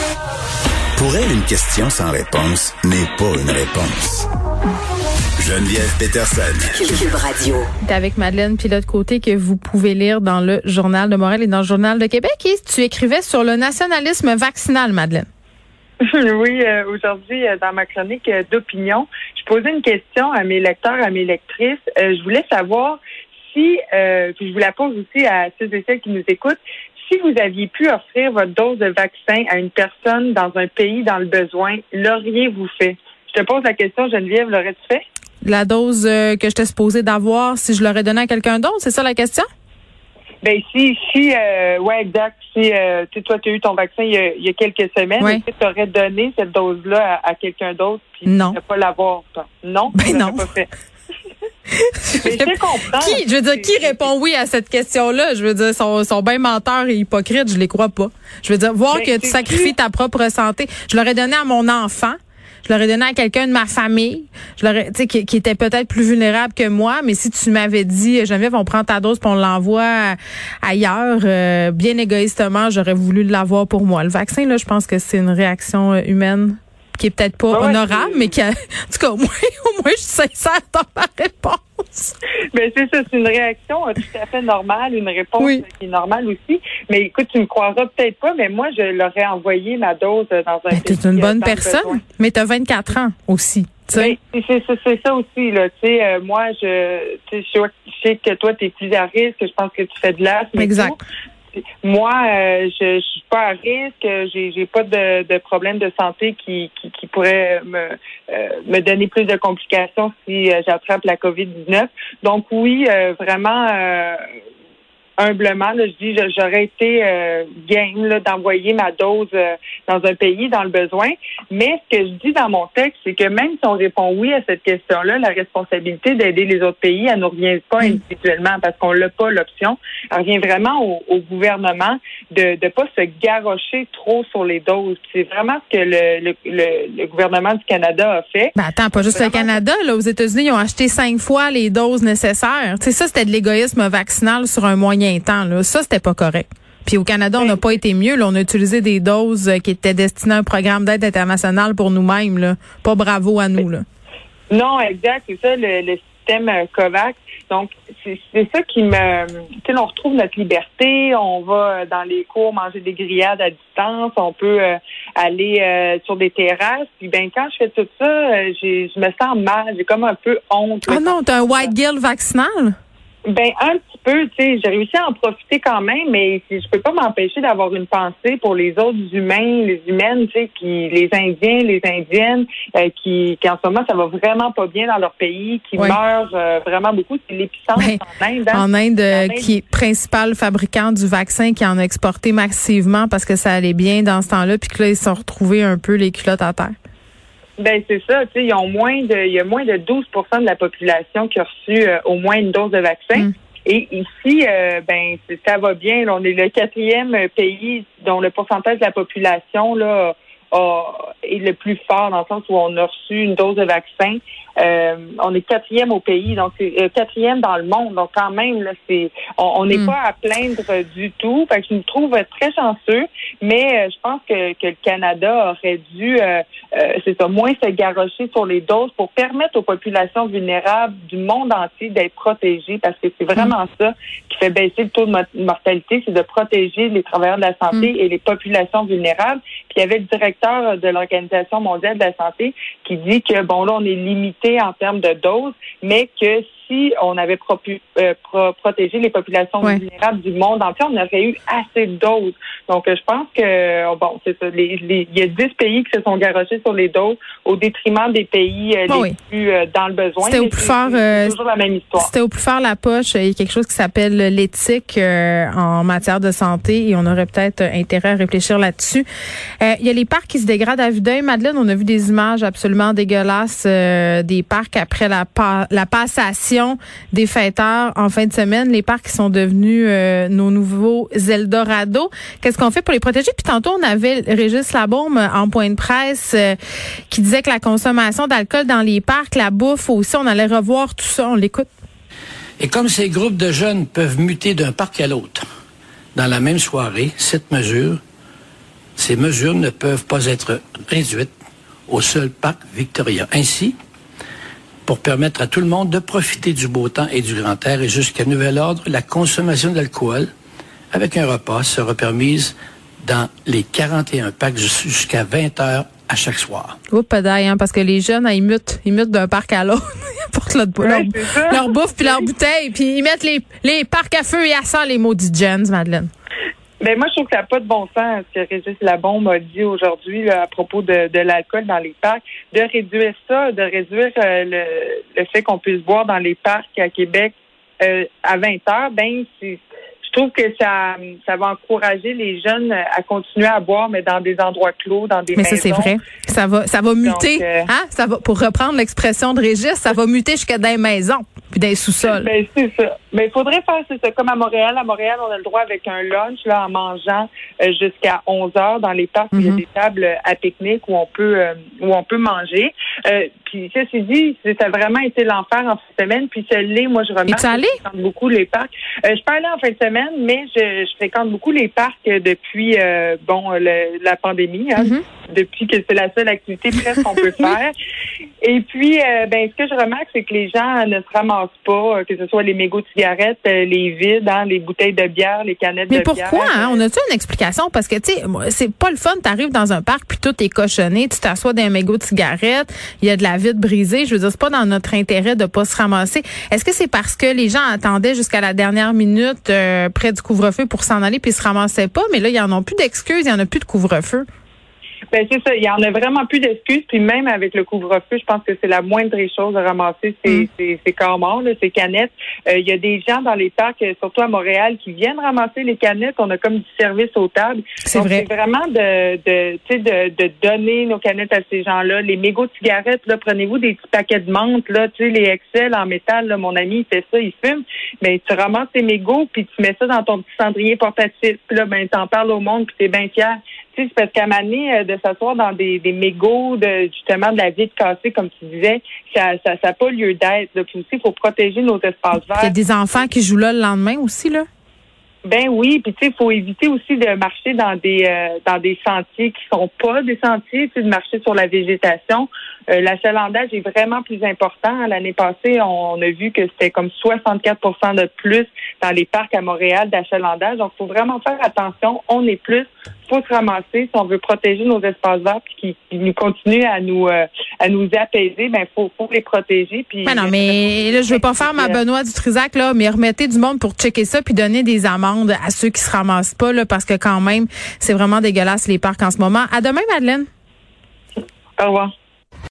Pour elle, une question sans réponse n'est pas une réponse. Geneviève Peterson. Cube Radio. T'es avec Madeleine Pilote-Côté que vous pouvez lire dans le Journal de Montréal et dans le Journal de Québec. Et tu écrivais sur le nationalisme vaccinal, Madeleine. Oui, aujourd'hui, dans ma chronique d'opinion, je posais une question à mes lecteurs, à mes lectrices. Je voulais savoir si, puis je vous la pose aussi à ceux et celles qui nous écoutent, si vous aviez pu offrir votre dose de vaccin à une personne dans un pays dans le besoin, l'auriez-vous fait? Je te pose la question, Geneviève, l'aurais-tu fait? La dose que j'étais supposée d'avoir, si je l'aurais donnée à quelqu'un d'autre, c'est ça la question? Ben ouais, exact. Si toi, tu as eu ton vaccin il y a quelques semaines, oui. Est-ce que tu aurais donné cette dose-là à quelqu'un d'autre puis non. Tu ne pas l'avoir, toi? Non? Ben non. Pas fait. Mais je comprends. Qui répond oui à cette question-là? Je veux dire, sont bien menteurs et hypocrites, je les crois pas. Je veux dire, voir que tu sacrifies ta propre santé. Je l'aurais donné à mon enfant. Je l'aurais donné à quelqu'un de ma famille. Je l'aurais, tu sais, qui était peut-être plus vulnérable que moi. Mais si tu m'avais dit, Geneviève, on prend ta dose puis on l'envoie ailleurs, bien égoïstement, j'aurais voulu l'avoir pour moi. Le vaccin, là, je pense que c'est une réaction humaine qui est peut-être pas honorable, mais qui a, en tout cas, au moins, je suis sincère dans ma réponse. Ben, c'est ça, c'est une réaction tout à fait normale, une réponse qui est normale aussi. Mais écoute, tu me croiras peut-être pas, mais moi, je l'aurais envoyé ma dose dans un pays. T'es une bonne personne, mais t'as 24 ans aussi. Ben, c'est ça aussi, là. Tu sais, moi, je sais que toi, t'es plus à risque, je pense que tu fais de l'asthme. Exact. Moi, je suis pas à risque, j'ai pas de problème de santé qui pourrait me donner plus de complications si j'attrape la COVID-19. Donc oui, vraiment humblement, là, je dis j'aurais été game là, d'envoyer ma dose dans un pays dans le besoin. Mais ce que je dis dans mon texte, c'est que même si on répond oui à cette question-là, la responsabilité d'aider les autres pays, elle ne nous revient pas individuellement parce qu'on n'a pas l'option. Elle revient vraiment au gouvernement de pas se garrocher trop sur les doses. C'est vraiment ce que le gouvernement du Canada a fait. Ben attends, pas juste le Canada. Là, aux États-Unis, ils ont acheté 5 fois les doses nécessaires. Tu sais, ça, c'était de l'égoïsme vaccinal sur un moyen temps. Là. Ça, c'était pas correct. Puis au Canada, on n'a pas été mieux. Là. On a utilisé des doses qui étaient destinées à un programme d'aide internationale pour nous-mêmes. Là. Pas bravo à nous. Là. Non, exact. C'est ça, le système COVAX. Donc, c'est ça qui me... Tu sais, on retrouve notre liberté. On va dans les cours manger des grillades à distance. On peut aller sur des terrasses. Puis, ben quand je fais tout ça, je me sens mal. J'ai comme un peu honte. Ah non, t'as un white guilt vaccinal? Ben un petit peu, tu sais, j'ai réussi à en profiter quand même, mais je peux pas m'empêcher d'avoir une pensée pour les autres humains, les humaines, tu sais, les Indiens, les Indiennes, qui en ce moment ça va vraiment pas bien dans leur pays, qui meurent vraiment beaucoup. C'est l'épicentre en Inde. En Inde, qui est principal fabricant du vaccin, qui en a exporté massivement parce que ça allait bien dans ce temps-là, puis que là ils se sont retrouvés un peu les culottes à terre. Ben c'est ça, tu sais, il y a moins de 12% de la population qui a reçu au moins une dose de vaccin. Et ici, ça va bien. Là, on est le 4e pays dont le pourcentage de la population là est le plus fort dans le sens où on a reçu une dose de vaccin. On est 4e au pays, donc c'est 4e dans le monde. Donc quand même, là, on n'est pas à plaindre du tout. Fait que je me trouve très chanceux, mais je pense que le Canada aurait dû moins se garrocher sur les doses pour permettre aux populations vulnérables du monde entier d'être protégées, parce que c'est vraiment ça qui fait baisser le taux de mortalité, c'est de protéger les travailleurs de la santé et les populations vulnérables. Puis il y avait le directeur de l'Organisation mondiale de la santé qui dit que là on est limité en termes de doses, mais que si on avait protégé les populations vulnérables du monde entier, on aurait eu assez de doses. Donc, je pense que, c'est ça. Il y a 10 pays qui se sont garrochés sur les doses au détriment des pays les plus dans le besoin. C'était au plus fort. C'est toujours la même histoire. C'était au plus fort la poche. Il y a quelque chose qui s'appelle l'éthique en matière de santé et on aurait peut-être intérêt à réfléchir là-dessus. Il y a les parcs qui se dégradent à vue d'œil. Madeleine, on a vu des images absolument dégueulasses des parcs après la passation des fêteurs en fin de semaine, les parcs qui sont devenus nos nouveaux Eldorado. Qu'est-ce qu'on fait pour les protéger? Puis tantôt, on avait Régis Labaume en point de presse qui disait que la consommation d'alcool dans les parcs, la bouffe aussi, on allait revoir tout ça. On l'écoute. Et comme ces groupes de jeunes peuvent muter d'un parc à l'autre dans la même soirée, cette mesure, Ces mesures ne peuvent pas être réduites au seul parc Victoria. Ainsi, pour permettre à tout le monde de profiter du beau temps et du grand air et jusqu'à nouvel ordre, la consommation d'alcool avec un repas sera permise dans les 41 parcs jusqu'à 20 heures à chaque soir. Oups, hein, parce que les jeunes, ils mutent d'un parc à l'autre. Ils portent leur bouffe puis leur bouteille, puis ils mettent les parcs à feu et à sang, les maudits gens, Madeleine. Ben moi, je trouve que ça n'a pas de bon sens ce que Régis Labombe a dit aujourd'hui là, à propos de l'alcool dans les parcs. De réduire ça, de réduire le fait qu'on puisse boire dans les parcs à Québec à 20 heures, je trouve que ça va encourager les jeunes à continuer à boire, mais dans des endroits clos, dans des maisons. Mais ça, c'est vrai. Ça va muter. Donc, ça va, pour reprendre l'expression de Régis, ça va muter jusqu'à dans les maisons puis dans les sous-sols. Ben, c'est ça. Mais il faudrait faire ça comme à Montréal. À Montréal, on a le droit avec un lunch là en mangeant jusqu'à 11 heures dans les parcs. Il y a des tables à pique-nique où on peut manger. Puis ceci dit, ça a vraiment été l'enfer en fin de semaine. Puis ça l'est, moi je remarque. Es-tu allé? Je fréquente beaucoup les parcs. Je peux aller en fin de semaine, mais je fréquente beaucoup les parcs depuis la pandémie. Hein, depuis que c'est la seule activité presque qu'on peut faire. Et puis, ce que je remarque, c'est que les gens ne se ramassent pas, que ce soit les mégots de cigarettes, les vides, les bouteilles de bière, les canettes de bière. Mais pourquoi? On a-tu une explication? Parce que, tu sais, c'est pas le fun. T'arrives dans un parc puis tout est cochonné. Tu t'assois dans un mégot de cigarette. Il y a de la vitre brisée. Je veux dire, c'est pas dans notre intérêt de pas se ramasser. Est-ce que c'est parce que les gens attendaient jusqu'à la dernière minute près du couvre-feu pour s'en aller puis ils se ramassaient pas? Mais là, ils en ont plus d'excuses. Il y en a plus de couvre-feu. Ben c'est ça, il y en a vraiment plus d'excuses, puis même avec le couvre-feu, je pense que c'est la moindre des choses de ramasser ces corps morts, là, ces canettes. Il y a des gens dans les parcs, surtout à Montréal, qui viennent ramasser les canettes. On a comme du service aux tables. C'est donc, vrai. C'est vraiment de donner nos canettes à ces gens-là. Les mégots de cigarettes, là, prenez-vous des petits paquets de menthe, là, tu sais, les Excel en métal, là, mon ami, il fait ça, il fume. Mais tu ramasses tes mégots, puis tu mets ça dans ton petit cendrier portatif. Puis là, t'en parles au monde, puis t'es bien fier. C'est parce qu'à Mané, de s'asseoir dans des mégots justement de la vitre cassée, comme tu disais, ça n'a pas lieu d'être. Là. Puis aussi, il faut protéger nos espaces verts. Il y a des enfants qui jouent là le lendemain aussi, là? Ben oui, puis tu sais, il faut éviter aussi de marcher dans des sentiers qui sont pas des sentiers, tu sais, de marcher sur la végétation. L'achalandage est vraiment plus important. L'année passée, on a vu que c'était comme 64% de plus dans les parcs à Montréal d'achalandage. Donc, il faut vraiment faire attention. On est plus. Faut se ramasser si on veut protéger nos espaces verts puis qui nous continuent à nous apaiser. Ben faut les protéger. Puis non, mais là je veux pas faire ma Benoît Dutrisac là, mais remettez du monde pour checker ça puis donner des amendes à ceux qui se ramassent pas là, parce que quand même c'est vraiment dégueulasse les parcs en ce moment. À demain, Madeleine. Au revoir.